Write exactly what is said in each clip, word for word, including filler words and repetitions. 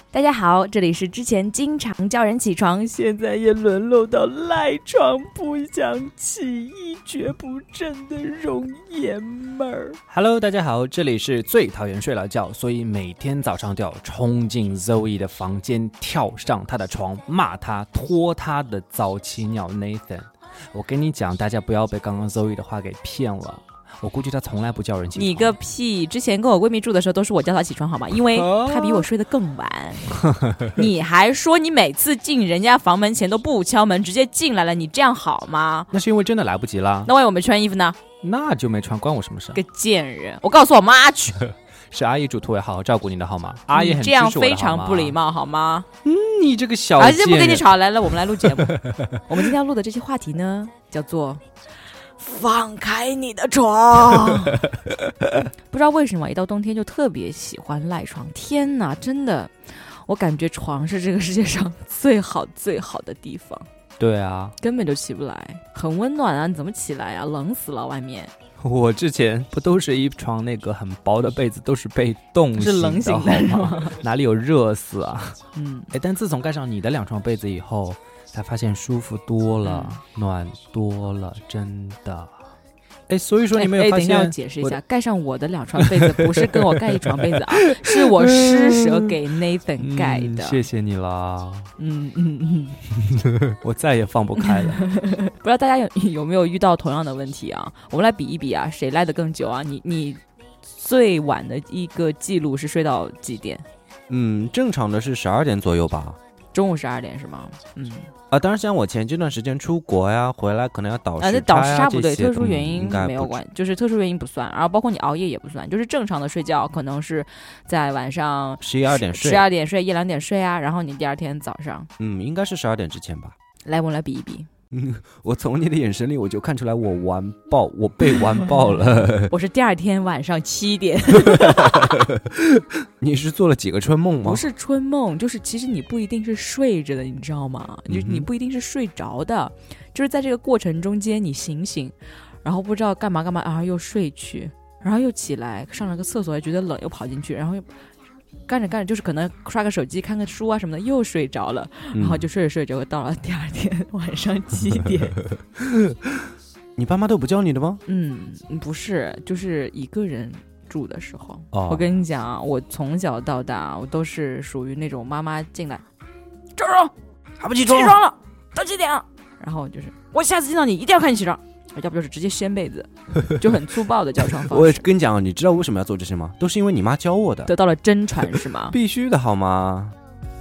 大家好，这里是之前经常叫人起床，现在也沦落到赖床不想起、一蹶不振的容爷们儿。 Hello， 大家好，这里是最讨厌睡懒觉，所以每天早上都要冲进 Zoe 的房间，跳上她的床，骂她、拖她的早起鸟 Nathan。我跟你讲，大家不要被刚刚 Zoe 的话给骗了。我估计他从来不叫人起床。 你个屁！之前跟我闺蜜住的时候都是我叫她起床好吗？因为她比我睡得更晚。你还说你每次进人家房门前都不敲门，直接进来了，你这样好吗？ 那是因为真的来不及了。 那万一我没穿衣服呢？ 那就没穿，关我什么事？ 个贱人！我告诉我妈去。 是阿姨嘱托我好好照顾你的好吗？阿姨很这样非常不礼貌好吗？ 嗯，你这个小贱人。 而且不跟你吵，来了，我们来录节目。我们今天要录的这期话题呢，叫做放开你的床。不知道为什么一到冬天就特别喜欢赖床。天哪，真的，我感觉床是这个世界上最好最好的地方。 对啊， 根本就起不来，很温暖啊，你怎么起来啊？冷死了外面。 我之前不都是一床那个很薄的被子，都是被冻醒的， 是冷醒的吗？ 哪里有热死啊？ 嗯， 哎，但自从盖上你的两床被子以后，才发现舒服多了，嗯、暖多了，真的。哎，所以说你没有发现？ 哎，等一下要解释一下，盖上我的两床被子不是跟我盖一床被子啊，是我施舍给 Nathan 盖的。 嗯、谢谢你啦。 嗯嗯嗯， 我再也放不开了。 不知道大家有有没有遇到同样的问题啊？我们来比一比啊，谁赖得更久啊？你你最晚的一个记录是睡到几点？ 嗯，正常的是十二点左右吧。 中午十二点是吗？嗯。 啊，当然像我前这段时间出国呀，回来可能要倒时差、啊、 那倒时差不对，特殊原因没有关、嗯、就是特殊原因不算，然后包括你熬夜也不算，就是正常的睡觉可能是在晚上十一二点睡， 十二点睡一两点睡啊，然后你第二天早上， 嗯，应该是十二点之前吧。 来，我们来比一比。 嗯，我从你的眼神里我就看出来我完爆，我被完爆了。 我是第二天晚上七点。 你是做了几个春梦吗？ 不是春梦，就是其实你不一定是睡着的，你知道吗？嗯、就你不一定是睡着的，就是在这个过程中间你醒醒，然后不知道干嘛干嘛，然后又睡去，然后又起来上了个厕所，又觉得冷又跑进去，然后又干着干着就是可能刷个手机看个书啊什么的又睡着了、嗯、然后就睡着睡着到了第二天晚上七点。 你爸妈都不教你的吗？ 嗯，不是，就是一个人住的时候、 哦、 我跟你讲啊，我从小到大我都是属于那种妈妈进来周荣还不起床， 起床了到几点，然后就是我下次见到你一定要看你起床，要不就是直接掀被子，就很粗暴的叫床方式。 我跟你讲，你知道为什么要做这些吗？都是因为你妈教我的， 得到了真传是吗？ 必须的好吗？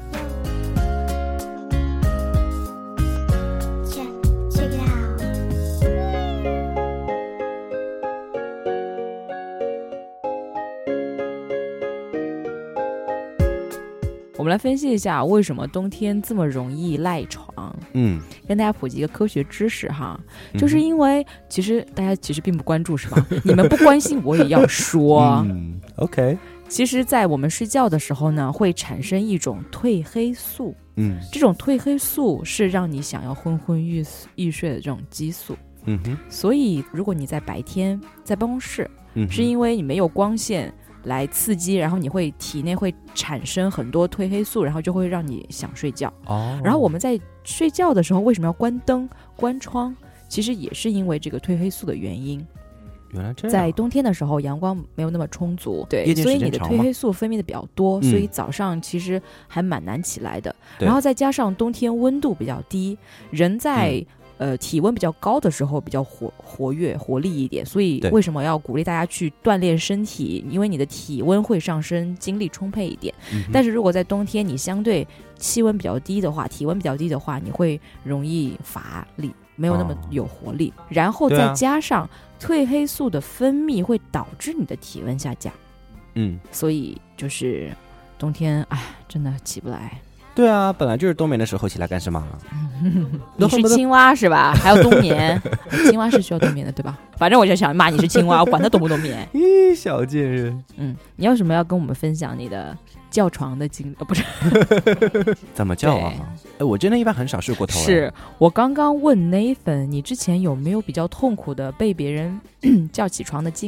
我们来分析一下为什么冬天这么容易赖床。 嗯， 跟大家普及一个科学知识哈，就是因为其实大家其实并不关注是吧？你们不关心我也要说。 嗯 ，OK。 其实，在我们睡觉的时候呢，会产生一种褪黑素。 嗯， 这种褪黑素是让你想要昏昏欲欲睡的这种激素。 嗯哼。 所以，如果你在白天在办公室， 嗯， 是因为你没有光线来刺激，然后你会体内会产生很多褪黑素，然后就会让你想睡觉。 哦。 然后我们在睡觉的时候为什么要关灯、关窗？其实也是因为这个褪黑素的原因。 原来这样。 在冬天的时候，阳光没有那么充足，对，所以你的褪黑素分泌的比较多，所以早上其实还蛮难起来的。嗯、然后再加上冬天温度比较低，人在、嗯。呃，体温比较高的时候比较活活跃活力一点，所以为什么要鼓励大家去锻炼身体？因为你的体温会上升，精力充沛一点、嗯、但是如果在冬天你相对气温比较低的话，体温比较低的话，你会容易乏力，没有那么有活力、哦、然后再加上褪黑素的分泌会导致你的体温下降。 嗯， 所以就是冬天哎，真的起不来。 对啊，本来就是冬眠的时候起来干什么？ 你是青蛙是吧？还要冬眠？青蛙是需要冬眠的对吧？反正我就想骂你是青蛙，我管它冬不冬眠。 咦，小贱人。 嗯，你有什么要跟我们分享你的叫床的经历？哦，不是， 怎么叫啊？哎，我真的一般很少睡过头。 是我刚刚问 Nathan， 你之前有没有比较痛苦的被别人叫起床的经历？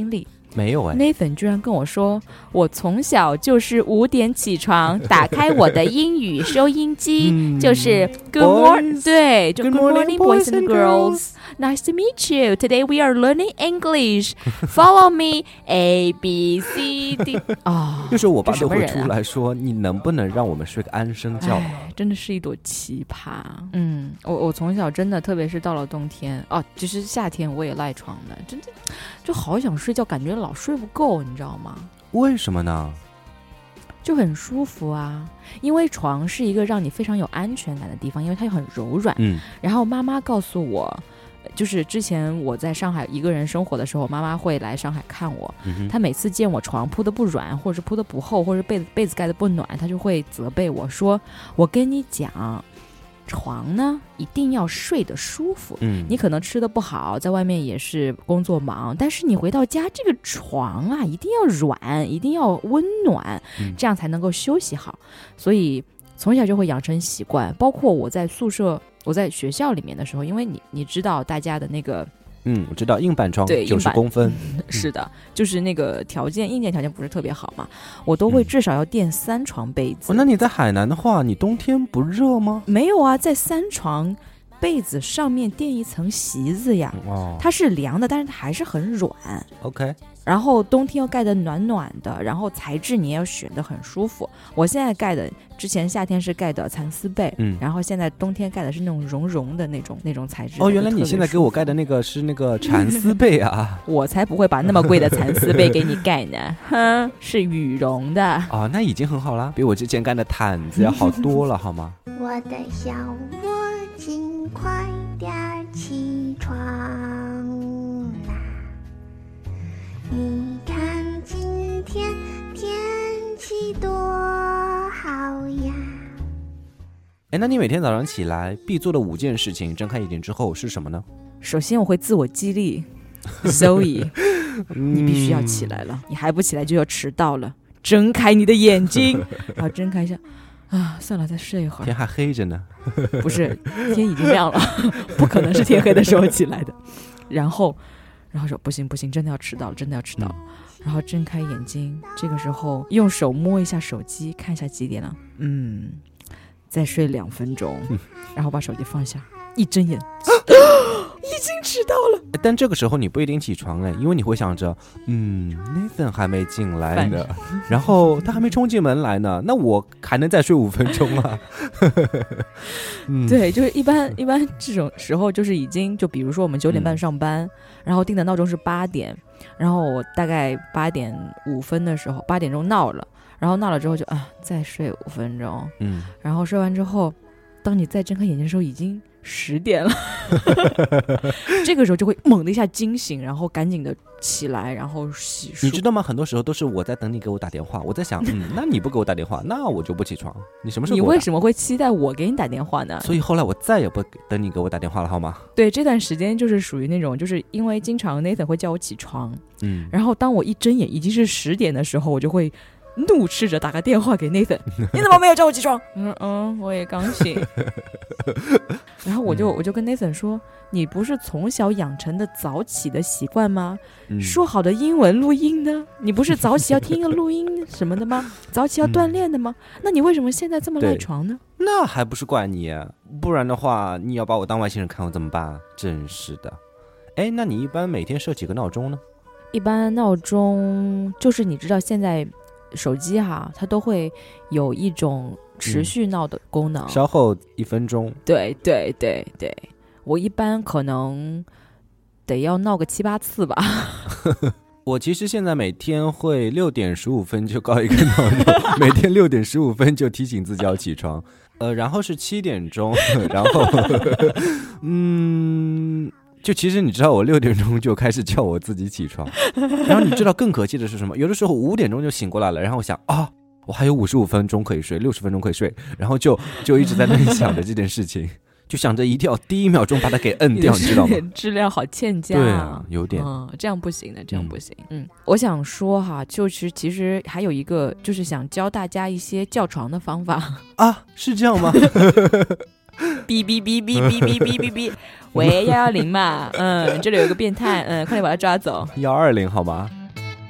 没有哎 Nathan 居然跟我说，我从小就是五点起床，打开我的英语收音机，嗯、就是 Good morning， 对，就 Good morning boys and girls。Nice to meet you. Today we are learning English. Follow me. A B C D. 啊， 有时候我爸都会出来说：“你能不能让我们睡个安生觉？” 真的是一朵奇葩。嗯，我我从小真的，特别是到了冬天，哦，其实夏天我也赖床的，真的就好想睡觉，感觉老睡不够，你知道吗？ 为什么呢？ 就很舒服啊，因为床是一个让你非常有安全感的地方，因为它又很柔软。嗯，然后妈妈告诉我。就是之前我在上海一个人生活的时候，妈妈会来上海看我、嗯、她每次见我床铺得不软，或者是铺得不厚，或者被子被子盖得不暖，她就会责备我说，我跟你讲，床呢一定要睡得舒服、嗯、你可能吃得不好，在外面也是工作忙，但是你回到家这个床啊一定要软，一定要温暖、嗯、这样才能够休息好。所以从小就会养成习惯，包括我在宿舍我在学校里面的时候，因为你你知道大家的那个嗯，我知道硬板床九十公分、 嗯、是的，就是那个条件硬件条件不是特别好嘛，我都会至少要垫三床被子、 嗯哦、那你在海南的话，你冬天不热吗？ 没有啊，在三床被子上面垫一层席子呀、哦、它是凉的，但是它还是很软。 OK， 然后冬天要盖得暖暖的，然后材质你也要选得很舒服。我现在盖的，之前夏天是盖的蚕丝被、嗯、然后现在冬天盖的是那种绒绒的那种那种材质。 哦，原来你现在给我盖的那个是那个蚕丝被啊我才不会把那么贵的蚕丝被给你盖呢哼，是羽绒的啊、 哦，那已经很好了，比我之前盖的毯子要好多了好吗我的小窝尽快点起床啦，你看今天天气多好呀。 哎，那你每天早上起来必做的五件事情，睁开眼睛之后是什么呢？ 首先我会自我激励Zoe 你必须要起来了，你还不起来就要迟到了，睁开你的眼睛然后睁开一下啊，算了，再睡一会儿。 天还黑着呢。 不是，天已经亮了，不可能是天黑的时候起来的。然后，然后说不行不行，真的要迟到了，真的要迟到了。嗯、然后睁开眼睛，这个时候用手摸一下手机，看一下几点了。嗯，再睡两分钟，嗯、然后把手机放下，一睁眼。已经迟到了， 但这个时候你不一定起床哎，因为你会想着，嗯 ，Nathan 还没进来呢，然后他还没冲进门来呢，那我还能再睡五分钟啊。 嗯、对，就是一般一般这种时候，就是已经就比如说我们九点半上班，嗯、然后定的闹钟是八点，然后我大概八点五分的时候，八点钟闹了，然后闹了之后就啊再睡五分钟，嗯，然后睡完之后，当你再睁开眼睛的时候，已经十点了这个时候就会猛的一下惊醒，然后赶紧的起来，然后洗漱。 你知道吗？很多时候都是我在等你给我打电话，我在想，嗯，那你不给我打电话，那我就不起床。你什么时候给我打？ 你为什么会期待我给你打电话呢？ 所以后来我再也不等你给我打电话了，好吗？ 对，这段时间就是属于那种，就是因为经常 Nathan 会叫我起床，嗯，然后当我一睁眼已经是十点的时候，我就会怒斥着打个电话给 Nathan 你怎么没有叫我起床？嗯嗯，我也刚醒然后我就我就跟 Nathan 说，你不是从小养成的早起的习惯吗、嗯、说好的英文录音呢？你不是早起要听一个录音什么的吗？早起要锻炼的吗、嗯、那你为什么现在这么赖床呢？ 那还不是怪你，不然的话你要把我当外星人看我怎么办？真是的。哎，那你一般每天设几个闹钟呢？ 一般闹钟就是你知道现在手机哈，它都会有一种持续闹的功能、嗯、 稍后一分钟。 对对对对，我一般可能得要闹个七八次吧我其实现在每天会六点十五分就告一个闹钟每天六点十五分就提醒自己要起床，呃，然后是七点钟然后嗯就其实你知道我六点钟就开始叫我自己起床然后你知道更可气的是什么？有的时候五点钟就醒过来了，然后我想啊，我还有五十五分钟可以睡，六十分钟可以睡，然后就就一直在那里想着这件事情就想着一定要第一秒钟把它给摁掉，你知道吗？ 质量好欠佳、啊、 对啊，有点、 嗯、这样不行的，这样不行。 嗯, 嗯，我想说哈，就是其实还有一个就是想教大家一些叫床的方法啊，是这样吗？ 哔哔哔哔哔哔哔哔哔，喂幺幺零嘛，嗯，这里有个变态，嗯，快点把他抓走。 幺二零好吗？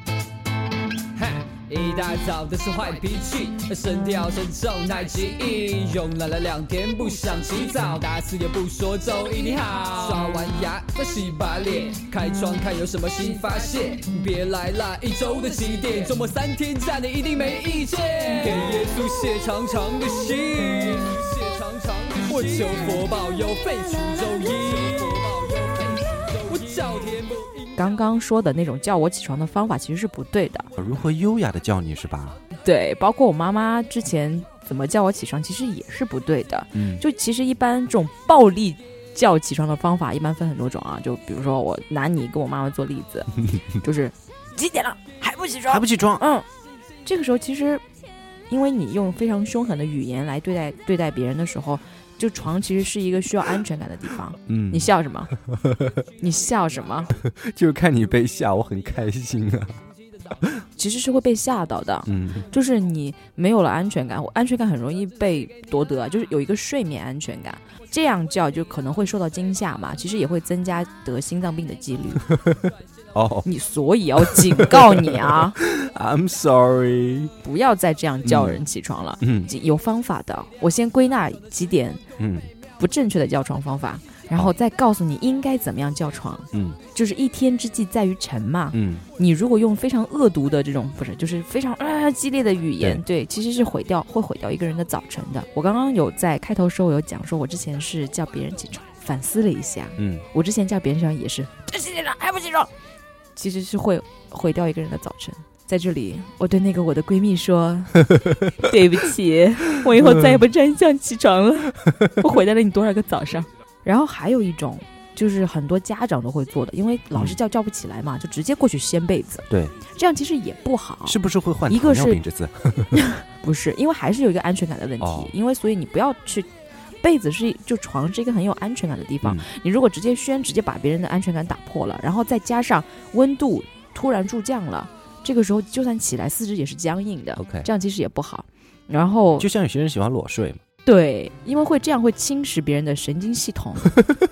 一大早的是坏脾气，声调沉重太奇异，慵懒了两天不想起早，打死也不说周一你好。刷完牙再洗把脸，开窗看有什么新发现，别来啦一周的几点，周末三天假你一定没意见。给耶稣写长长的信，我求佛保佑废除周一，我叫天不应。 刚刚说的那种叫我起床的方法其实是不对的， 如何优雅的叫你是吧？ 对，包括我妈妈之前怎么叫我起床其实也是不对的。嗯，就其实一般这种暴力叫起床的方法一般分很多种啊，就比如说我拿你跟我妈妈做例子就是几点了还不起床还不起床。 嗯，这个时候其实因为你用非常凶狠的语言来对待对待别人的时候，就床其实是一个需要安全感的地方。嗯，你笑什么？你笑什么？ 就看你被吓，我很开心啊。 其实是会被吓到的。嗯，就是你没有了安全感，安全感很容易被夺得，就是有一个睡眠安全感，这样叫就可能会受到惊吓嘛，其实也会增加得心脏病的几率。哦，你所以要警告你啊 I'm sorry， 不要再这样叫人起床了。嗯，有方法的，我先归纳几点嗯不正确的叫床方法，然后再告诉你应该怎么样叫床。嗯，就是一天之计在于晨嘛。嗯，你如果用非常恶毒的这种不是就是非常啊激烈的语言， 对, 对其实是毁掉会毁掉一个人的早晨的。我刚刚有在开头时候有讲说我之前是叫别人起床，反思了一下。嗯，我之前叫别人起床也是这几点了还不起床，其实是会毁掉一个人的早晨。在这里我对那个我的闺蜜说对不起，我以后再也不这样叫起床了我毁掉了你多少个早上。然后还有一种就是很多家长都会做的，因为老是叫叫不起来嘛，就直接过去掀被子。 对， 这样其实也不好。 是不是会患糖尿病这次？ 不是，因为还是有一个安全感的问题。哦，因为所以你不要去，被子是就床是一个很有安全感的地方。嗯，你如果直接掀，直接把别人的安全感打破了，然后再加上温度突然骤降了，这个时候就算起来四肢也是僵硬的。 OK， 这样其实也不好。然后就像有些人喜欢裸睡嘛。 对，因为会这样会侵蚀别人的神经系统。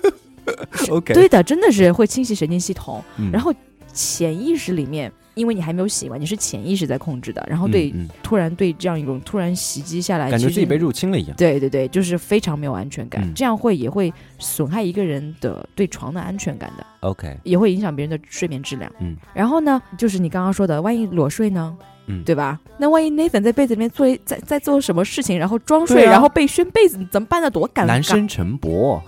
okay， 对的，真的是会侵袭神经系统。嗯，然后潜意识里面，因为你还没有洗完，你是潜意识在控制的，然后对、嗯嗯、突然对这样一种突然袭击下来， 感觉自己被入侵了一样。 对对对，就是非常没有安全感。嗯，这样会也会损害一个人的对床的安全感的。 OK， 也会影响别人的睡眠质量。嗯，然后呢，就是你刚刚说的，万一裸睡呢？嗯，对吧？那万一 Nathan 在被子里面做在在做什么事情，然后装睡，啊，然后被掀被子，怎么办呢？多尴尬！ 男生陈博，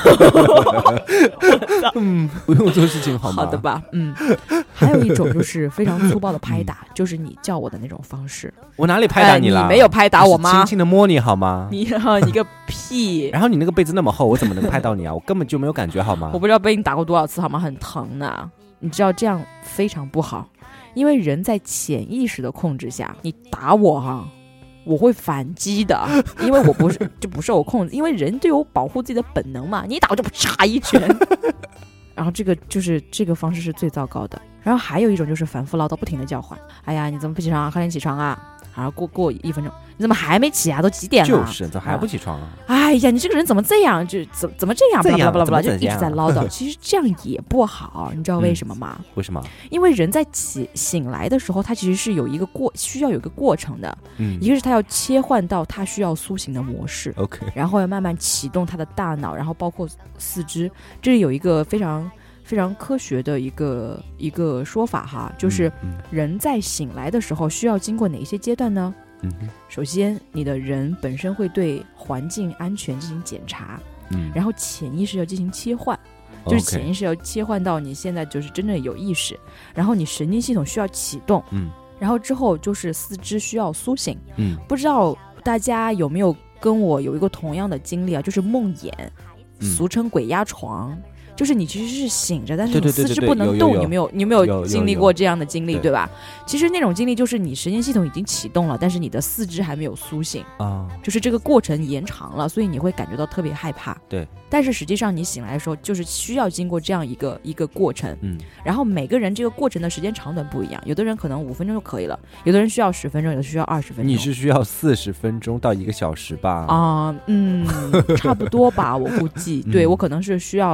嗯，不用做事情好吗？ 好的吧，嗯。还有一种就是非常粗暴的拍打，嗯，就是你叫我的那种方式。 我哪里拍打你了？ 哎，你没有拍打我吗？ 轻轻的摸你好吗？ 你你个屁！ 然后你那个被子那么厚，我怎么能拍到你啊？我根本就没有感觉好吗？ 我不知道被你打过多少次好吗？很疼的，你知道这样非常不好。因为人在潜意识的控制下，你打我哈，啊，我会反击的，因为我不是就不受我控制，因为人都有保护自己的本能嘛，你一打我就插一拳。然后这个就是这个方式是最糟糕的。然后还有一种就是反复唠叨，不停的叫唤，哎呀你怎么不起床啊，快点起床啊，然后过过一分钟，你怎么还没起啊，都几点了？ 就是怎么还不起床啊？ 哎呀你这个人怎么这样，就怎怎么这样，巴拉巴拉巴拉，就一直在唠叨。其实这样也不好，你知道为什么吗？ 嗯，为什么？因为人在起醒来的时候，他其实是有一个过需要有一个过程的。嗯，一个是他要切换到他需要苏醒的模式 ，OK， 然后要慢慢启动他的大脑，然后包括四肢。这里有一个非常非常科学的一个一个说法哈，就是人在醒来的时候需要经过哪些阶段呢？嗯，首先你的人本身会对环境安全进行检查，嗯，然后潜意识要进行切换，就是潜意识要切换到你现在就是真正有意识，然后你神经系统需要启动，嗯，然后之后就是四肢需要苏醒，嗯，不知道大家有没有跟我有一个同样的经历啊，就是梦魇，嗯，俗称鬼压床。就是你其实是醒着，但是你四肢不能动，你有没有你有没有经历过这样的经历， 对, 对吧？其实那种经历就是你神经系统已经启动了，但是你的四肢还没有苏醒啊，就是这个过程延长了，所以你会感觉到特别害怕。 对， 但是实际上你醒来的时候，就是需要经过这样一个一个过程，嗯，然后每个人这个过程的时间长短不一样，有的人可能五分钟就可以了，有的人需要十分钟，有的需要二十分钟。 你是需要四十分钟到一个小时吧？ 啊，嗯，差不多吧，我估计，对，我可能是需要一个小时。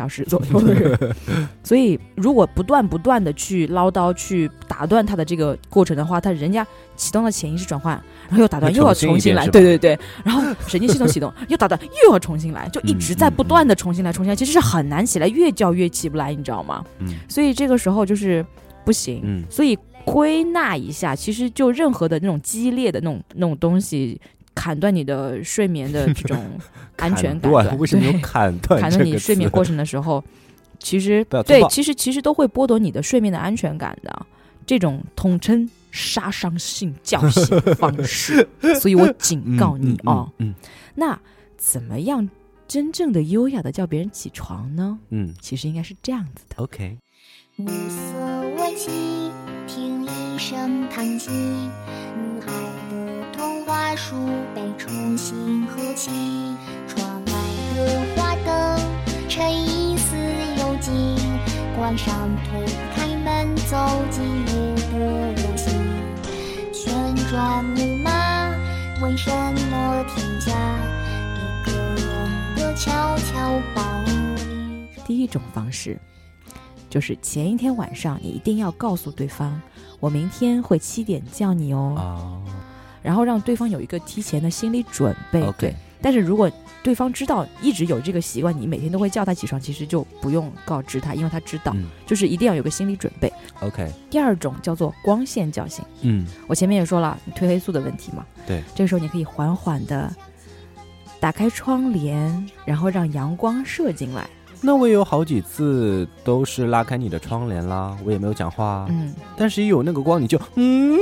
小时左右的人。所以如果不断不断的去唠叨去打断他的这个过程的话，他人家启动了潜意识转换，然后又打断又要重新来，对对对，然后神经系统启动又打断又要重新来，就一直在不断的重新来重新来，其实是很难起来，越叫越起不来，你知道吗？嗯，所以这个时候就是不行。嗯，所以归纳一下，其实就任何的那种激烈的那种那种东西砍断你的睡眠的这种安全感， 为什么有砍断砍断你睡眠过程的时候，其实对，其实其实都会剥夺你的睡眠的安全感的。这种统称杀伤性叫醒方式，所以我警告你哦。嗯嗯嗯、那怎么样真正的优雅的叫别人起床呢？嗯，其实应该是这样子的。 OK。 暮色未起，听一声叹息，女孩的童话书被重新合起，窗外的花灯衬一丝幽静，关上推开门走进夜的游戏，旋转木马为什么停下，一个人的悄悄抱你。 第一种方式就是前一天晚上你一定要告诉对方，我明天会七点叫你哦，哦然后让对方有一个提前的心理准备。 okay. 对，但是如果对方知道一直有这个习惯，你每天都会叫他起床，其实就不用告知他，因为他知道、嗯、就是一定要有个心理准备。 OK。 第二种叫做光线叫醒。嗯，我前面也说了你褪黑素的问题嘛， 对， 这个时候你可以缓缓的打开窗帘，然后让阳光射进来。 那我也有好几次都是拉开你的窗帘啦，我也没有讲话，嗯，但是一有那个光你就嗯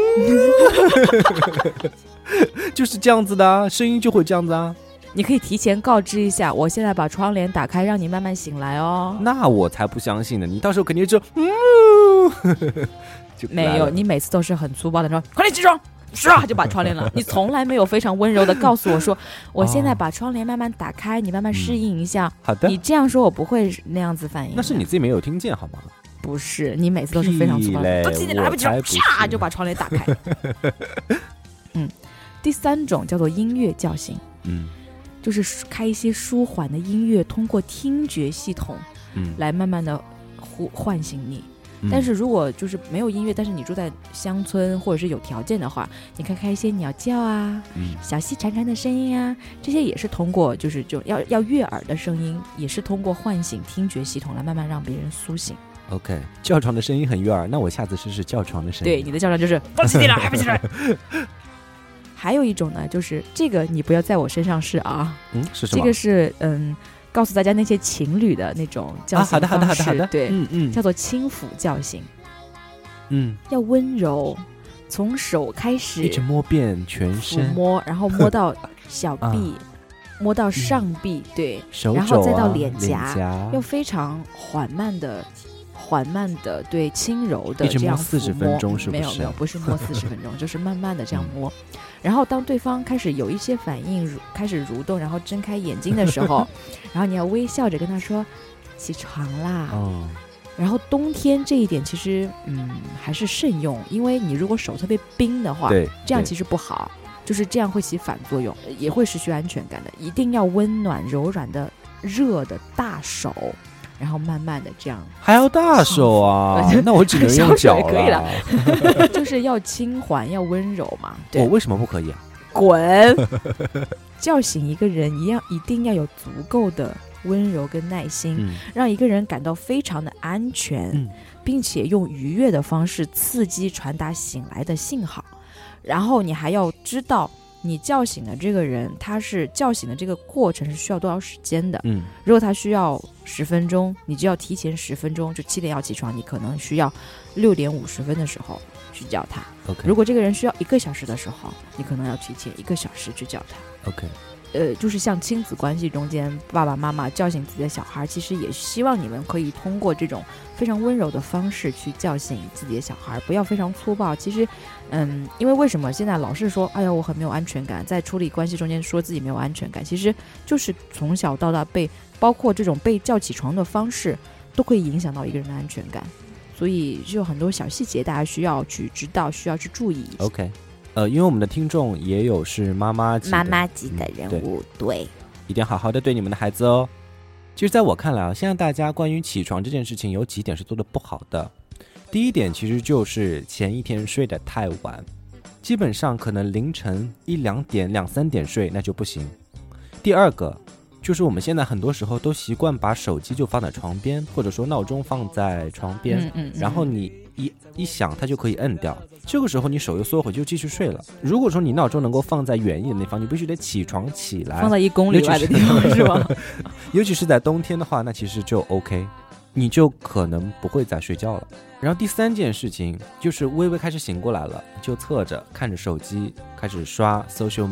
就是这样子的啊，声音就会这样子啊。 你可以提前告知一下，我现在把窗帘打开，让你慢慢醒来哦。 那我才不相信呢，你到时候肯定就嗯就没有，你每次都是很粗暴的说快点起床，唰就把窗帘了。你从来没有非常温柔的告诉我说，我现在把窗帘慢慢打开，你慢慢适应一下、嗯、 好的。 你这样说我不会那样子反应。 那是你自己没有听见好吗？ 不是，你每次都是非常粗暴的，都几点了还不起床，啪就把窗帘打开嗯，第三种叫做音乐叫醒。嗯，就是开一些舒缓的音乐，通过听觉系统来慢慢的唤醒你、嗯、但是如果就是没有音乐，但是你住在乡村或者是有条件的话，你可以开一些鸟叫啊、嗯、小溪潺潺的声音啊，这些也是通过就是就要要悦耳的声音，也是通过唤醒听觉系统来慢慢让别人苏醒。 OK， 叫床的声音很悦耳，那我下次试试叫床的声音。 对，你的叫床就是都几点了还不起来还有一种呢，就是这个你不要在我身上试啊。嗯，是什么？这个是嗯，告诉大家那些情侣的那种叫醒方式、啊、好的好的好的，对，嗯嗯，叫做轻抚叫醒。嗯，要温柔，从手开始， 一直摸遍全身， 摸，然后摸到小臂、啊、摸到上臂，嗯、对， 手肘、啊、 然后再到脸颊， 脸颊要非常缓慢的。缓慢的，对，轻柔的这样抚摸， 四十分钟是不是？ 没有没有，不是摸四十分钟，就是慢慢的这样摸。然后当对方开始有一些反应，开始蠕动，然后睁开眼睛的时候，然后你要微笑着跟他说：“起床啦。哦”然后冬天这一点其实嗯还是慎用，因为你如果手特别冰的话， 对， 这样其实不好，就是这样会起反作用，也会失去安全感的。一定要温暖、柔软的、热的大手。然后慢慢的这样， 还要大手啊？那我只能用脚了。 可以了，就是要轻缓，要温柔嘛。对， 我为什么不可以啊？ 滚！叫醒一个人一样，一定要有足够的温柔跟耐心，嗯、让一个人感到非常的安全，嗯、并且用愉悦的方式刺激传达醒来的信号。然后你还要知道。你叫醒的这个人，他是叫醒的这个过程是需要多少时间的？嗯，如果他需要十分钟，你就要提前十分钟，就七点要起床，你可能需要六点五十分的时候去叫他。 OK， 如果这个人需要一个小时的时候，你可能要提前一个小时去叫他。 OK， 呃，就是像亲子关系中间，爸爸妈妈叫醒自己的小孩，其实也希望你们可以通过这种非常温柔的方式去叫醒自己的小孩，不要非常粗暴。其实，嗯，因为为什么现在老是说，哎呀，我很没有安全感，在处理关系中间说自己没有安全感，其实就是从小到大被，包括这种被叫起床的方式，都会影响到一个人的安全感。所以就有很多小细节，大家需要去知道，需要去注意。 OK。呃，因为我们的听众也有是妈妈级的妈妈级的人物、嗯、对, 对， 一定要好好的对你们的孩子哦。 其实在我看来啊，现在大家关于起床这件事情有几点是做的不好的。第一点其实就是前一天睡得太晚，基本上可能凌晨一两点两三点睡那就不行。第二个就是我们现在很多时候都习惯把手机就放在床边，或者说闹钟放在床边， 嗯嗯嗯然后你一一响它就可以摁掉，这个时候你手又缩回就继续睡了。如果说你闹钟能够放在远一点的地方，你必须得起床起来， 放在一公里外的地方是吧？ 尤其是在冬天的话，那其实就 OK， 你就可能不会再睡觉了。然后第三件事情就是微微开始醒过来了，就侧着看着手机开始刷 social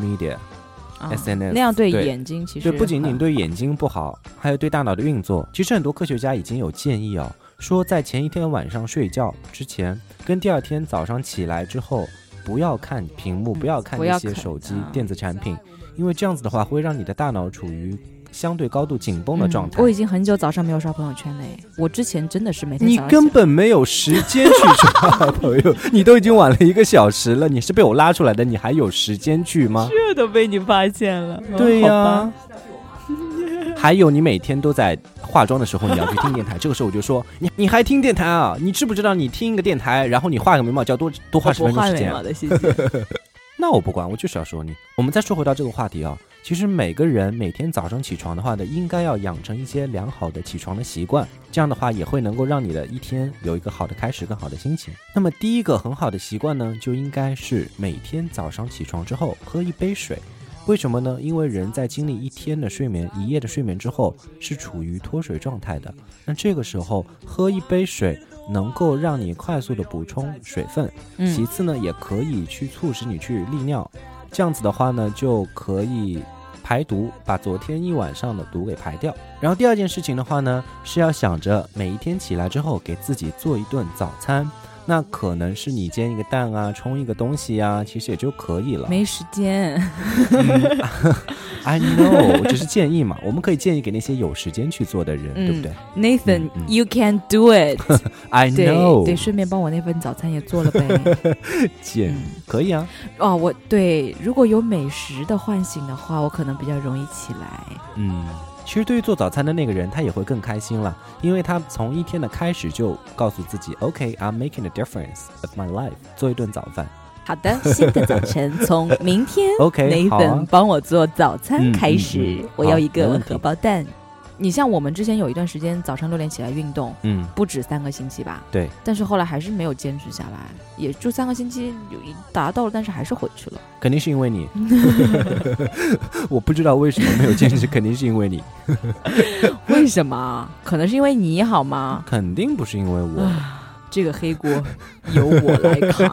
media、S N S， 那样对眼睛其实对不仅仅对眼睛不好，还有对大脑的运作。其实很多科学家已经有建议哦，说在前一天晚上睡觉之前跟第二天早上起来之后不要看屏幕、嗯、不要看那些手机、啊、电子产品，因为这样子的话会让你的大脑处于相对高度紧绷的状态、 嗯、我已经很久早上没有刷朋友圈了，我之前真的是每天早上你根本没有时间去刷朋友你都已经晚了一个小时了，你是被我拉出来的，你还有时间去吗？ 这都被你发现了。 对呀、啊还有你每天都在化妆的时候你要去听电台，这个时候我就说你你还听电台啊？你知不知道你听一个电台然后你画个眉毛就要多多花十分钟时间？那我不管，我就是要说你。我们再说回到这个话题啊，其实每个人每天早上起床的话呢，应该要养成一些良好的起床的习惯，这样的话也会能够让你的一天有一个好的开始，更好的心情。那么第一个很好的习惯呢，就应该是每天早上起床之后喝一杯水。为什么呢？因为人在经历一天的睡眠、一夜的睡眠之后，是处于脱水状态的。那这个时候喝一杯水，能够让你快速的补充水分。嗯、其次呢，也可以去促使你去利尿，这样子的话呢，就可以排毒，把昨天一晚上的毒给排掉。然后第二件事情的话呢，是要想着每一天起来之后给自己做一顿早餐。那可能是你煎一个蛋啊，冲一个东西啊，其实也就可以了。 没时间、 嗯、I know 只是建议嘛，我们可以建议给那些有时间去做的人、嗯、对不对 Nathan、嗯嗯、you can do it I know 对，顺便帮我那份早餐也做了呗建议、嗯、可以啊。 哦，我对如果有美食的唤醒的话，我可能比较容易起来。 嗯，其实对于做早餐的那个人他也会更开心了，因为他从一天的开始就告诉自己 OK I'm making a difference of my life， 做一顿早饭。 好的，新的早晨从明天 OK Nathan、啊、帮我做早餐开始、嗯嗯嗯、我要一个荷包蛋。你像我们之前有一段时间早上六点起来运动，嗯，不止三个星期吧， 对， 但是后来还是没有坚持下来，也就三个星期达到了，但是还是回去了。 肯定是因为你我不知道为什么没有坚持肯定是因为你为什么？可能是因为你好吗？ 肯定不是因为我这个黑锅由我来扛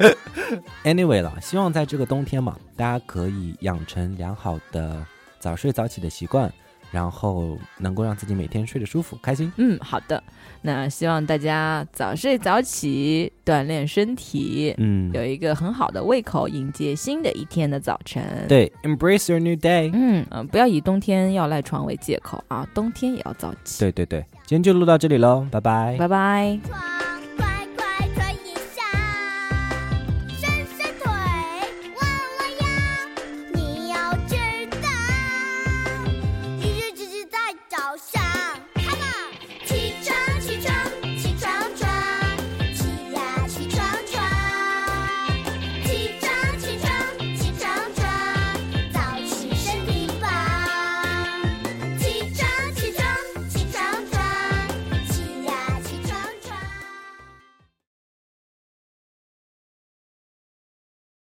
Anyway 啦，希望在这个冬天嘛，大家可以养成良好的早睡早起的习惯，然后能够让自己每天睡得舒服开心。 嗯，好的，那希望大家早睡早起锻炼身体，嗯，有一个很好的胃口迎接新的一天的早晨。 对 Embrace your new day。 嗯、呃、不要以冬天要赖床为借口啊，冬天也要早起。 对对对，今天就录到这里咯，拜拜拜拜。